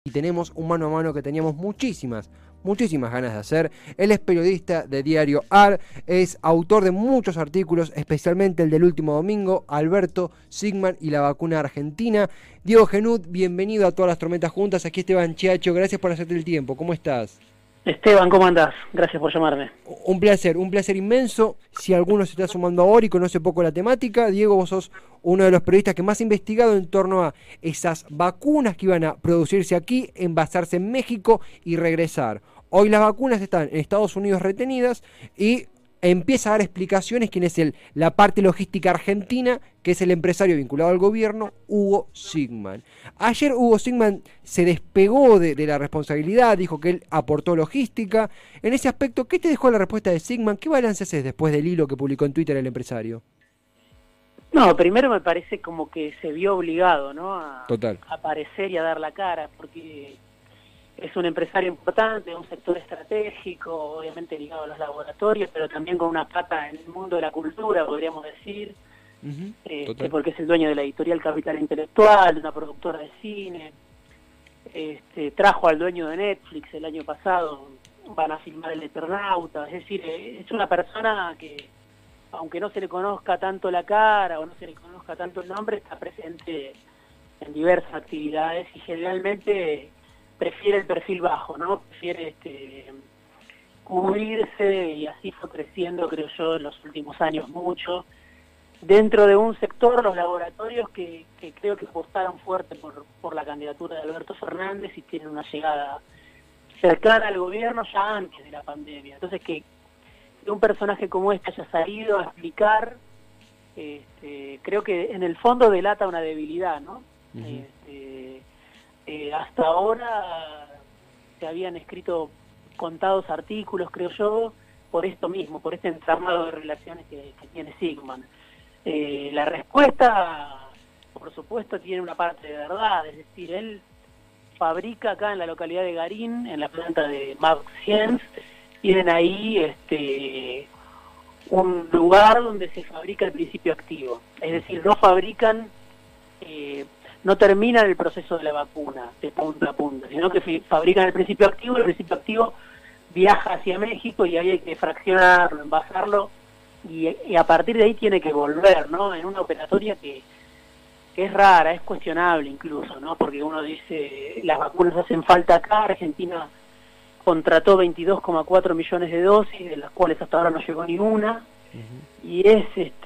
Y tenemos un mano a mano que teníamos muchísimas ganas de hacer. Él es periodista de Diario AR, es autor de muchos artículos, especialmente el del último domingo, Alberto Sigman y la vacuna argentina. Diego Genud, bienvenido a Todas las Tormentas Juntas. Aquí Esteban Chiacho, gracias por hacerte el tiempo. ¿Cómo estás? Esteban, ¿cómo andás? Gracias por llamarme. Un placer inmenso. Si alguno se está sumando ahora y conoce poco la temática, Diego, vos sos uno de los periodistas que más ha investigado en torno a esas vacunas que iban a producirse aquí, envasarse en México y regresar. Hoy las vacunas están en Estados Unidos retenidas y empieza a dar explicaciones quién es la parte logística argentina, que es el empresario vinculado al gobierno, Hugo Sigman. Ayer Hugo Sigman se despegó de la responsabilidad, dijo que él aportó logística. En ese aspecto, ¿qué te dejó la respuesta de Sigman? ¿Qué balance haces después del hilo que publicó en Twitter el empresario? No, primero me parece como que se vio obligado, ¿no? A aparecer y a dar la cara, porque es un empresario importante, un sector estratégico, obviamente ligado a los laboratorios, pero también con una pata en el mundo de la cultura, podríamos decir, porque es el dueño de la editorial Capital Intelectual, de una productora de cine, trajo al dueño de Netflix el año pasado, van a filmar El Eternauta, es decir, es una persona que, aunque no se le conozca tanto la cara o no se le conozca tanto el nombre, está presente en diversas actividades y generalmente prefiere el perfil bajo, ¿no? Prefiere cubrirse, y así fue creciendo, creo yo, en los últimos años mucho, dentro de un sector, los laboratorios, que creo que apostaron fuerte por la candidatura de Alberto Fernández y tienen una llegada cercana al gobierno ya antes de la pandemia. Entonces, que un personaje como este haya salido a explicar, creo que en el fondo delata una debilidad, ¿no? Hasta ahora se habían escrito contados artículos, creo yo, por esto mismo, por este entramado de relaciones que tiene Sigman. La respuesta, por supuesto, tiene una parte de verdad, es decir, él fabrica acá en la localidad de Garín, en la planta de MagScience, tienen ahí un lugar donde se fabrica el principio activo, es decir, no fabrican, no terminan el proceso de la vacuna de punta a punta, sino que fabrican el principio activo viaja hacia México y ahí hay que fraccionarlo, envasarlo, y a partir de ahí tiene que volver, ¿no? En una operatoria que es rara, es cuestionable incluso, ¿no? Porque uno dice, las vacunas hacen falta acá, Argentina contrató 22,4 millones de dosis, de las cuales hasta ahora no llegó ni una, y es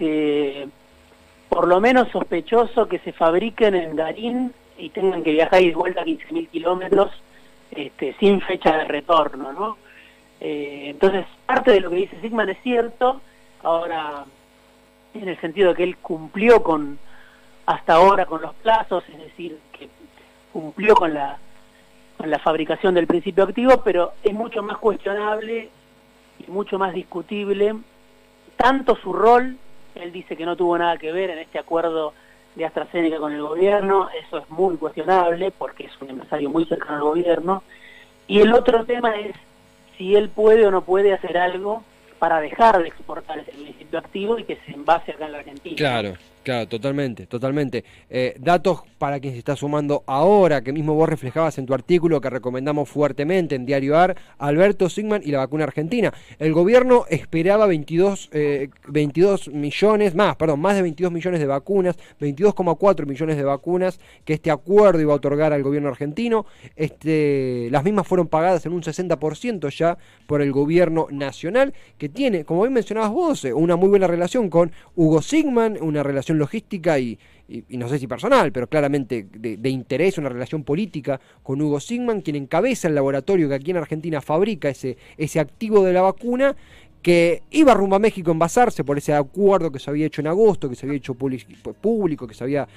por lo menos sospechoso que se fabriquen en Garín y tengan que viajar y de vuelta a 15.000 kilómetros sin fecha de retorno, ¿no? Entonces, parte de lo que dice Sigman es cierto, ahora, en el sentido de que él cumplió hasta ahora con los plazos, es decir, que cumplió con la fabricación del principio activo, pero es mucho más cuestionable y mucho más discutible tanto su rol. Él dice que no tuvo nada que ver en este acuerdo de AstraZeneca con el gobierno, eso es muy cuestionable porque es un empresario muy cercano al gobierno, y el otro tema es si él puede o no puede hacer algo para dejar de exportar ese principio activo y que se envase acá en la Argentina. Claro, totalmente. Datos para quien se está sumando ahora, que mismo vos reflejabas en tu artículo que recomendamos fuertemente en Diario AR, Alberto Sigman y la vacuna argentina. El gobierno esperaba 22 millones, más de 22 millones de vacunas, 22,4 millones de vacunas que este acuerdo iba a otorgar al gobierno argentino. Las mismas fueron pagadas en un 60% ya por el gobierno nacional, que tiene, como bien mencionabas vos, una muy buena relación con Hugo Sigman, una relación logística y no sé si personal, pero claramente de interés, una relación política con Hugo Sigman, quien encabeza el laboratorio que aquí en Argentina fabrica ese activo de la vacuna, que iba rumbo a México a envasarse por ese acuerdo que se había hecho en agosto, que se había hecho público, que se había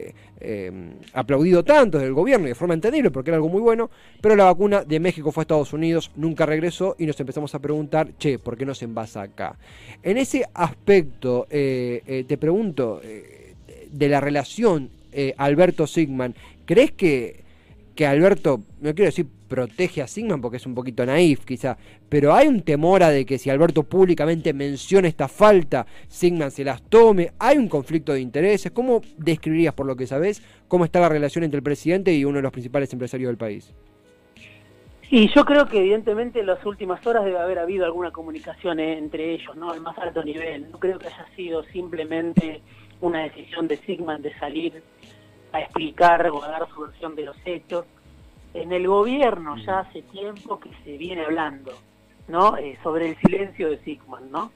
aplaudido tanto desde el gobierno y de forma entendible porque era algo muy bueno, pero la vacuna de México fue a Estados Unidos, nunca regresó y nos empezamos a preguntar, ¿por qué no se envasa acá? En ese aspecto, te pregunto, de la relación Alberto Sigman, ¿crees que que Alberto, no quiero decir protege a Sigman porque es un poquito naif quizá, pero hay un temor a de que si Alberto públicamente menciona esta falta, Sigman se las tome, hay un conflicto de intereses. ¿Cómo describirías, por lo que sabés, cómo está la relación entre el presidente y uno de los principales empresarios del país? Y yo creo que evidentemente en las últimas horas debe haber habido alguna comunicación entre ellos, ¿no? Al más alto nivel. No creo que haya sido simplemente una decisión de Sigman de salir a explicar o a dar su versión de los hechos. En el gobierno ya hace tiempo que se viene hablando, ¿no? Sobre el silencio de Sigman, ¿no?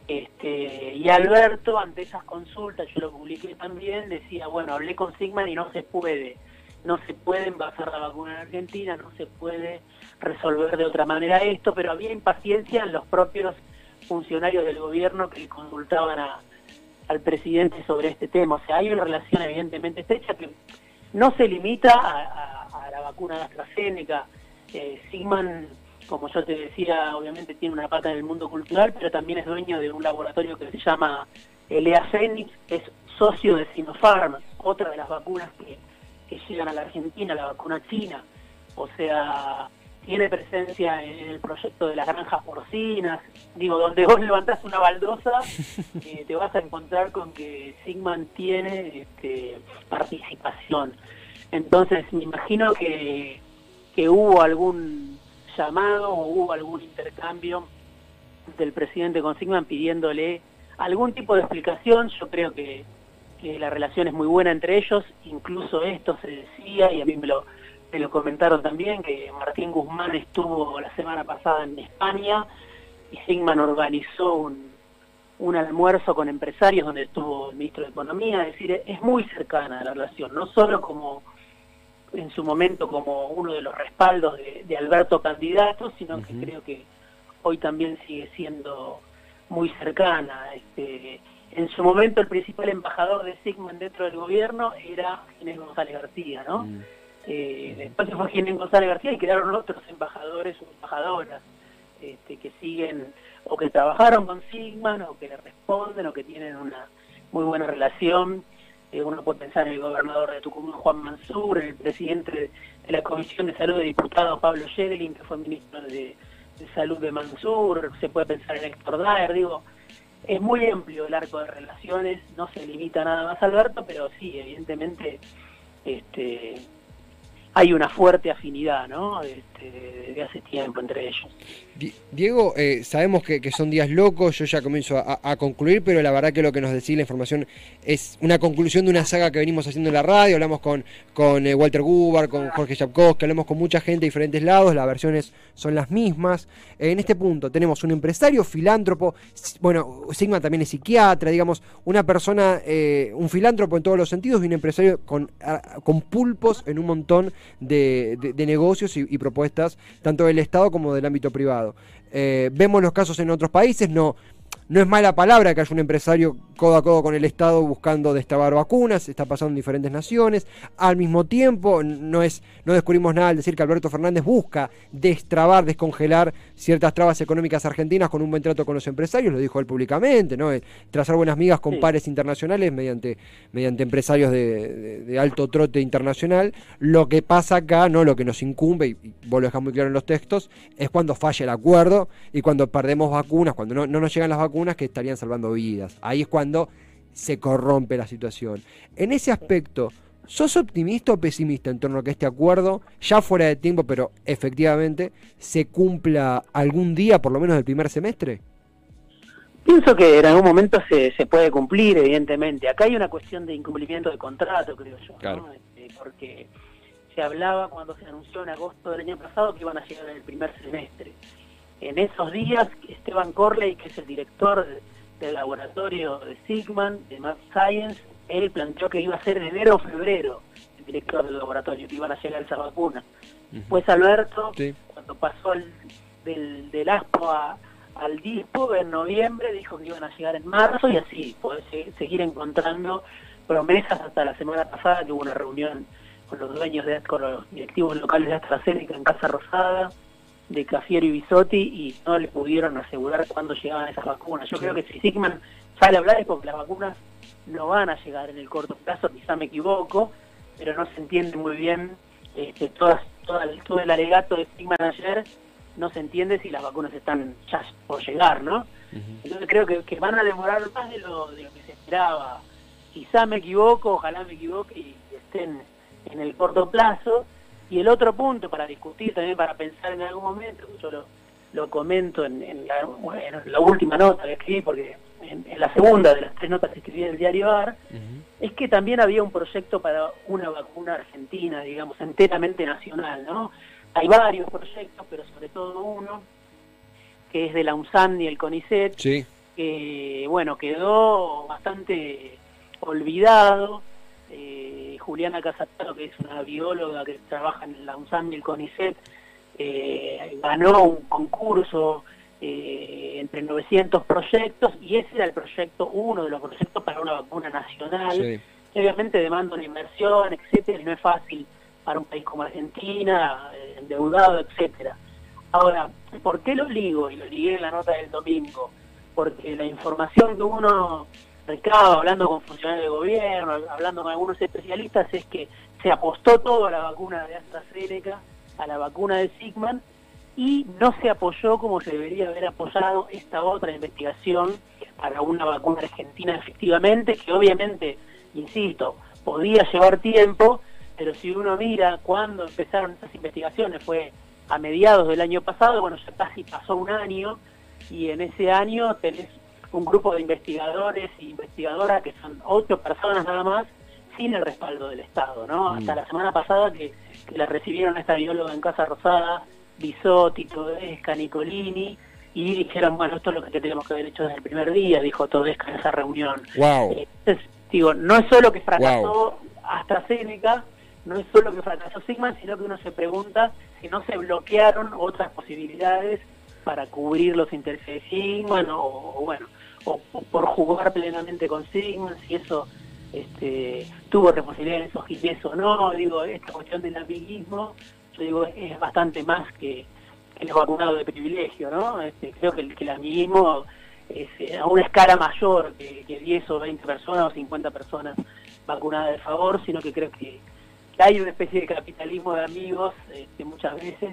Y Alberto, ante esas consultas, yo lo publiqué también, decía, bueno, hablé con Sigman y no se puede envasar la vacuna en Argentina, no se puede resolver de otra manera esto, pero había impaciencia en los propios funcionarios del gobierno que consultaban al presidente sobre este tema. O sea, hay una relación evidentemente estrecha que no se limita a la vacuna de AstraZeneca. Sigman, como yo te decía, obviamente tiene una pata en el mundo cultural, pero también es dueño de un laboratorio que se llama Elea Phoenix, es socio de Sinopharm, otra de las vacunas que llegan a la Argentina, la vacuna china. O sea, tiene presencia en el proyecto de las granjas porcinas. Digo, donde vos levantás una baldosa, te vas a encontrar con que Sigman tiene participación. Entonces, me imagino que hubo algún llamado o hubo algún intercambio del presidente con Sigman pidiéndole algún tipo de explicación. Yo creo que la relación es muy buena entre ellos, incluso esto se decía, y a mí me lo comentaron también, que Martín Guzmán estuvo la semana pasada en España y Sigman organizó un almuerzo con empresarios donde estuvo el ministro de Economía. Es decir, es muy cercana la relación, no solo como en su momento como uno de los respaldos de Alberto candidato, sino que creo que hoy también sigue siendo muy cercana. En su momento el principal embajador de Sigman dentro del gobierno era Ginés González García, ¿no? Después se fue Ginés González García y quedaron otros embajadores o embajadoras que siguen o que trabajaron con Sigman o que le responden o que tienen una muy buena relación. Uno puede pensar en el gobernador de Tucumán, Juan Mansur, el presidente de la Comisión de Salud de Diputados, Pablo Yedelin, que fue ministro de Salud de Mansur. Se puede pensar en Héctor Daer. Digo, es muy amplio el arco de relaciones, no se limita nada más a Alberto, pero sí, evidentemente hay una fuerte afinidad, ¿no? Desde hace tiempo entre ellos. Diego, sabemos que son días locos, yo ya comienzo a concluir, pero la verdad que lo que nos decís la información es una conclusión de una saga que venimos haciendo en la radio. Hablamos con Walter Gubar, con Jorge Yapkowski, hablamos con mucha gente de diferentes lados, las versiones son las mismas. En este punto tenemos un empresario, filántropo, bueno, Sigman también es psiquiatra, digamos, una persona, un filántropo en todos los sentidos y un empresario con pulpos en un montón de negocios y propuestas, tanto del Estado como del ámbito privado. Vemos los casos en otros países, no es mala palabra que haya un empresario codo a codo con el Estado buscando destrabar vacunas, está pasando en diferentes naciones. Al mismo tiempo, no descubrimos nada al decir que Alberto Fernández busca destrabar, descongelar ciertas trabas económicas argentinas con un buen trato con los empresarios, lo dijo él públicamente, ¿no? Trazar buenas migas con pares internacionales mediante empresarios de alto trote internacional. Lo que pasa acá, ¿no? Lo que nos incumbe, y vos lo dejás muy claro en los textos, es cuando falla el acuerdo y cuando perdemos vacunas, cuando no nos llegan las vacunas que estarían salvando vidas. Ahí es cuando se corrompe la situación. En ese aspecto, ¿sos optimista o pesimista en torno a que este acuerdo, ya fuera de tiempo, pero efectivamente, se cumpla algún día, por lo menos del primer semestre? Pienso que en algún momento se puede cumplir, evidentemente. Acá hay una cuestión de incumplimiento de contrato, creo yo, claro, ¿no? Porque se hablaba cuando se anunció en agosto del año pasado que iban a llegar en el primer semestre. En esos días, Esteban Corley, que es el director del laboratorio de Sigman, de Mad Science, él planteó que iba a ser en enero o febrero, el director del laboratorio, que iban a llegar esas vacunas. Pues Alberto, sí, cuando pasó del ASPO al DISPO, en noviembre, dijo que iban a llegar en marzo, y así, podés seguir encontrando promesas hasta la semana pasada, que hubo una reunión con los con los directivos locales de AstraZeneca en Casa Rosada, de Cafiero y Bisotti, y no le pudieron asegurar cuándo llegaban esas vacunas. Yo creo que si Sigman sale a hablar es porque las vacunas no van a llegar en el corto plazo, quizá me equivoco, pero no se entiende muy bien todo el alegato de Sigman ayer, no se entiende si las vacunas están ya por llegar, ¿no? Entonces creo que van a demorar más de lo que se esperaba. Quizá me equivoco, ojalá me equivoque y estén en el corto plazo. Y el otro punto para discutir, también para pensar en algún momento, yo lo comento en la última nota que escribí, porque en la segunda de las 3 notas que escribí en el diario AR, es que también había un proyecto para una vacuna argentina, digamos, enteramente nacional, ¿no? Hay varios proyectos, pero sobre todo uno, que es de la UNSAN y el CONICET, sí, que, bueno, quedó bastante olvidado. Juliana Casataro, que es una bióloga que trabaja en la UNSAN y el CONICET, ganó un concurso entre 900 proyectos, y ese era el proyecto, uno de los proyectos para una vacuna nacional. sí. Obviamente demanda una inversión, etcétera, y no es fácil para un país como Argentina, endeudado, etcétera. Ahora, ¿por qué lo ligo? Y lo ligué en la nota del domingo, porque la información que uno recaba hablando con funcionarios de gobierno, hablando con algunos especialistas, es que se apostó todo a la vacuna de AstraZeneca, a la vacuna de Sigman, y no se apoyó como se debería haber apoyado esta otra investigación para una vacuna argentina efectivamente, que obviamente, insisto, podía llevar tiempo, pero si uno mira cuándo empezaron esas investigaciones, fue a mediados del año pasado, bueno, ya casi pasó un año, y en ese año tenés un grupo de investigadores y investigadoras que son 8 personas nada más, sin el respaldo del Estado, ¿no? Hasta la semana pasada que la recibieron a esta bióloga en Casa Rosada, Bisotti, Todesca, Nicolini, y dijeron, bueno, esto es lo que tenemos que haber hecho desde el primer día, dijo Todesca en esa reunión. Wow. Entonces, digo, no es solo que fracasó AstraZeneca, no es solo que fracasó Sigman, sino que uno se pregunta si no se bloquearon otras posibilidades para cubrir los intereses de Sigman, o por jugar plenamente con Sigman, si eso tuvo responsabilidad en esos giles o no. Digo, esta cuestión del amiguismo, yo digo, es bastante más que los vacunados de privilegio, ¿no? Creo que el amiguismo es a una escala mayor que 10 o 20 personas o 50 personas vacunadas de favor, sino que creo que hay una especie de capitalismo de amigos muchas veces,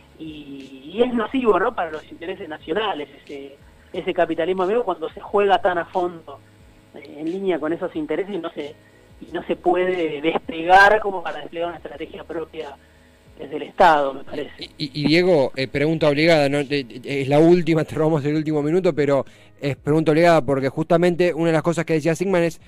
y es nocivo, ¿no?, para los intereses nacionales ese capitalismo amigo, cuando se juega tan a fondo en línea con esos intereses y no se puede despegar como para desplegar una estrategia propia desde el Estado, me parece. Y Diego, pregunta obligada, ¿no? Es la última, te robamos el último minuto, pero es pregunta obligada porque justamente una de las cosas que decía Sigman es,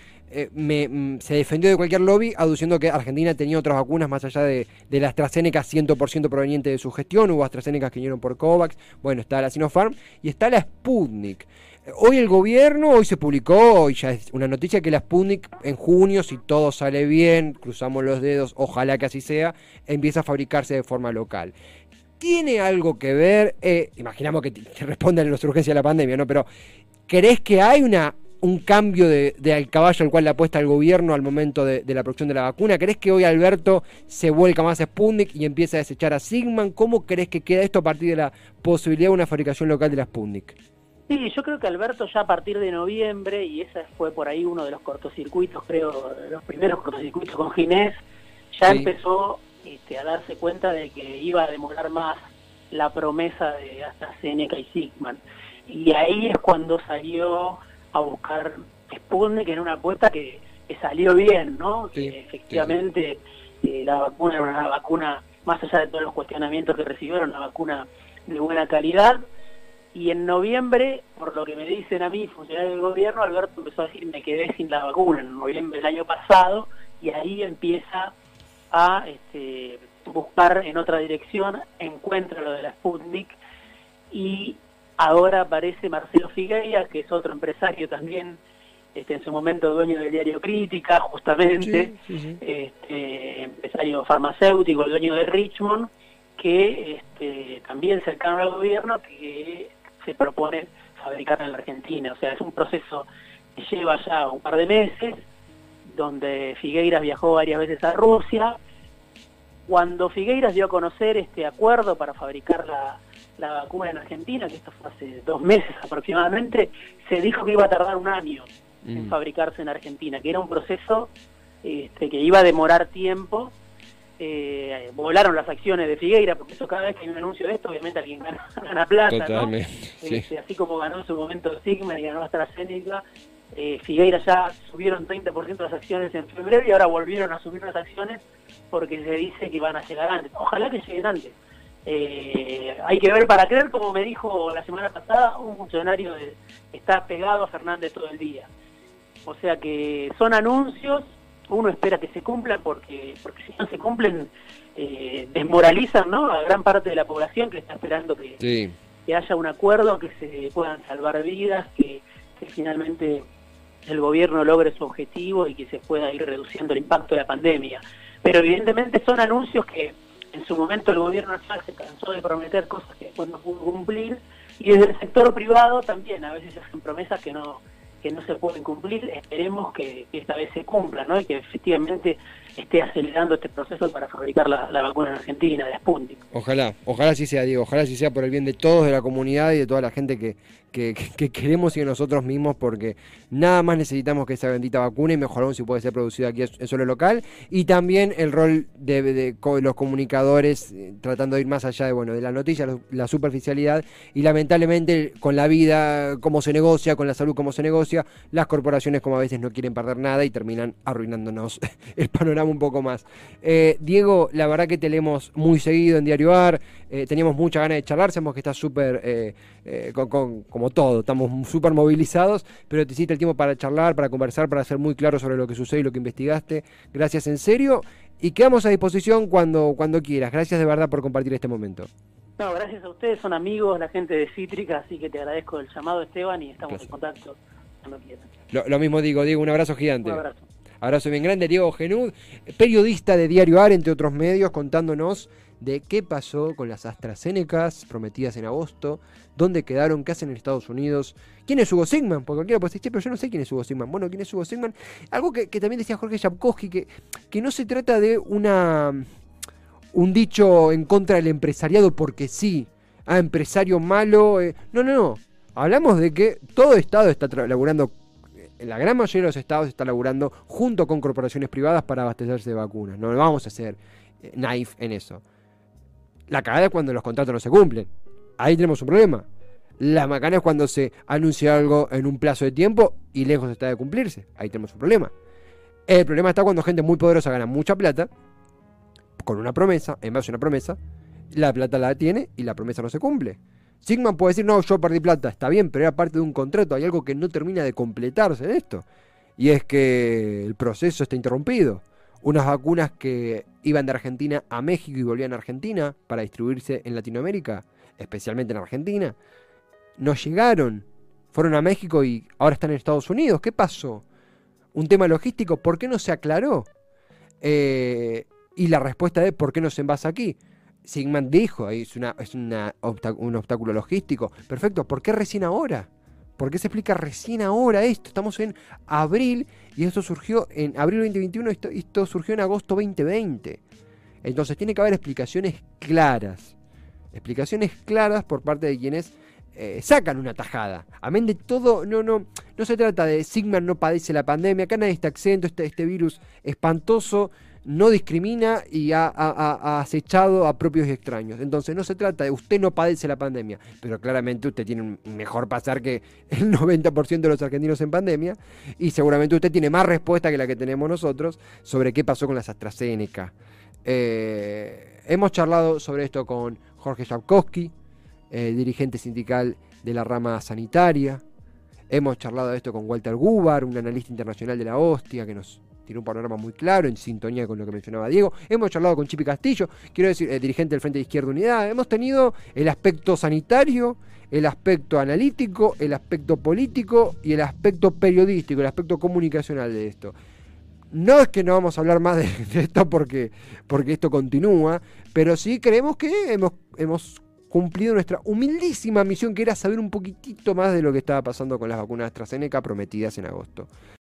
se defendió de cualquier lobby aduciendo que Argentina tenía otras vacunas más allá de la AstraZeneca 100% proveniente de su gestión. Hubo AstraZeneca que vinieron por COVAX, bueno, está la Sinopharm y está la Sputnik. Hoy el gobierno, hoy se publicó, y ya es una noticia, que la Sputnik en junio, si todo sale bien, cruzamos los dedos, ojalá que así sea, empieza a fabricarse de forma local. ¿Tiene algo que ver? Imaginamos que te respondan en nuestra urgencia de la pandemia, ¿no? Pero ¿crees que hay un cambio al caballo al cual le apuesta el gobierno al momento de la producción de la vacuna? ¿Crees que hoy Alberto se vuelca más a Sputnik y empieza a desechar a Sigman? ¿Cómo crees que queda esto a partir de la posibilidad de una fabricación local de la Sputnik? Sí, yo creo que Alberto ya a partir de noviembre, y ese fue por ahí uno de los cortocircuitos, creo, los primeros cortocircuitos con Ginés, ya sí, empezó a darse cuenta de que iba a demorar más la promesa de AstraZeneca y Sigman. Y ahí es cuando salió a buscar Sputnik en una apuesta que salió bien, ¿no? Sí, que efectivamente la vacuna era una vacuna, más allá de todos los cuestionamientos que recibieron, una vacuna de buena calidad. Y en noviembre, por lo que me dicen a mí, funcionarios del gobierno, Alberto empezó a decir, me quedé sin la vacuna en noviembre del año pasado, y ahí empieza a buscar en otra dirección, encuentra lo de la Sputnik, y ahora aparece Marcelo Figueira, que es otro empresario también, en su momento dueño del diario Crítica, justamente, sí. empresario farmacéutico, el dueño de Richmond, que también cercano al gobierno, que se propone fabricar en la Argentina. O sea, es un proceso que lleva ya un par de meses, donde Figueiras viajó varias veces a Rusia. Cuando Figueiras dio a conocer este acuerdo para fabricar la vacuna en Argentina, que esto fue hace 2 meses aproximadamente, se dijo que iba a tardar un año en fabricarse en Argentina, que era un proceso que iba a demorar tiempo, volaron las acciones de Figueira, porque eso cada vez que hay un anuncio de esto, obviamente alguien gana plata, Totalmente, ¿no? sí. Así como ganó en su momento Sigma y ganó AstraZeneca, Figueira ya subieron 30% las acciones en febrero y ahora volvieron a subir las acciones porque se dice que van a llegar antes. Ojalá que lleguen antes. Hay que ver para creer, como me dijo la semana pasada un funcionario que está pegado a Fernández todo el día. O sea que son anuncios, uno espera que se cumplan porque si no se cumplen desmoralizan, ¿no?, a gran parte de la población que está esperando que haya un acuerdo, que se puedan salvar vidas, que finalmente el gobierno logre su objetivo y que se pueda ir reduciendo el impacto de la pandemia. Pero evidentemente son anuncios que en su momento el gobierno ya se cansó de prometer cosas que después no pudo cumplir, y desde el sector privado también a veces se hacen promesas que no se pueden cumplir. Esperemos que esta vez se cumpla, ¿no?, y que efectivamente esté acelerando este proceso para fabricar la vacuna en Argentina, de Sputnik. Ojalá así sea, Diego, ojalá así sea por el bien de todos, de la comunidad y de toda la gente que queremos y de nosotros mismos, porque nada más necesitamos que esa bendita vacuna, y mejor aún si puede ser producida aquí en suelo local, y también el rol de los comunicadores tratando de ir más allá de la noticia, la superficialidad, y lamentablemente con la vida como se negocia, con la salud como se negocia, las corporaciones como a veces no quieren perder nada y terminan arruinándonos el panorama un poco más. Diego, la verdad que te leemos muy seguido en Diario AR, teníamos muchas ganas de charlar, sabemos que estás súper, como todo, estamos súper movilizados, pero te hiciste el tiempo para charlar, para conversar, para ser muy claro sobre lo que sucede y lo que investigaste. Gracias en serio, y quedamos a disposición cuando quieras. Gracias de verdad por compartir este momento. No, gracias a ustedes, son amigos, la gente de Cítrica, así que te agradezco el llamado, Esteban, y estamos en contacto cuando quieras. Lo mismo digo, Diego, un abrazo gigante. Un abrazo. Abrazo bien grande, Diego Genud, periodista de Diario AR, entre otros medios, contándonos de qué pasó con las AstraZenecas prometidas en agosto, dónde quedaron, qué hacen en Estados Unidos, quién es Hugo Sigman, porque cualquiera puede decir, che, pero yo no sé quién es Hugo Sigman. Bueno, quién es Hugo Sigman, algo que también decía Jorge Yapkowski, que no se trata de un dicho en contra del empresariado porque sí, empresario malo, no, hablamos de que todo Estado está laburando, la gran mayoría de los estados está laburando junto con corporaciones privadas para abastecerse de vacunas. No vamos a ser naif en eso. La cagada es cuando los contratos no se cumplen. Ahí tenemos un problema. La macana es cuando se anuncia algo en un plazo de tiempo y lejos está de cumplirse. Ahí tenemos un problema. El problema está cuando gente muy poderosa gana mucha plata con una promesa, en base a una promesa, la plata la tiene y la promesa no se cumple. Sigman puede decir, no, yo perdí plata, está bien, pero era parte de un contrato, hay algo que no termina de completarse en esto, y es que el proceso está interrumpido. Unas vacunas que iban de Argentina a México y volvían a Argentina para distribuirse en Latinoamérica, especialmente en Argentina, no llegaron, fueron a México y ahora están en Estados Unidos. ¿Qué pasó? Un tema logístico, ¿por qué no se aclaró? Y la respuesta es, ¿por qué no se envasa aquí? Sigman dijo, es un obstáculo logístico. Perfecto, ¿por qué recién ahora? ¿Por qué se explica recién ahora esto? Estamos en abril y esto surgió en abril 2021 y esto surgió en agosto 2020. Entonces tiene que haber explicaciones claras. Explicaciones claras por parte de quienes sacan una tajada. Amén de todo, no se trata de Sigman no padece la pandemia, acá nadie está exento, este virus espantoso no discrimina y ha acechado a propios y extraños. Entonces no se trata de usted no padece la pandemia, pero claramente usted tiene un mejor pasar que el 90% de los argentinos en pandemia, y seguramente usted tiene más respuesta que la que tenemos nosotros sobre qué pasó con las AstraZeneca. Hemos charlado sobre esto con Jorge Yapkowski, dirigente sindical de la rama sanitaria. Hemos charlado de esto con Walter Gubar, un analista internacional de la hostia, que nos tiene un panorama muy claro, en sintonía con lo que mencionaba Diego. Hemos charlado con Chipi Castillo, quiero decir, dirigente del Frente de Izquierda Unidad. Hemos tenido el aspecto sanitario, el aspecto analítico, el aspecto político y el aspecto periodístico, el aspecto comunicacional de esto. No es que no vamos a hablar más de esto porque esto continúa, pero sí creemos que hemos cumplido nuestra humildísima misión, que era saber un poquitito más de lo que estaba pasando con las vacunas AstraZeneca prometidas en agosto.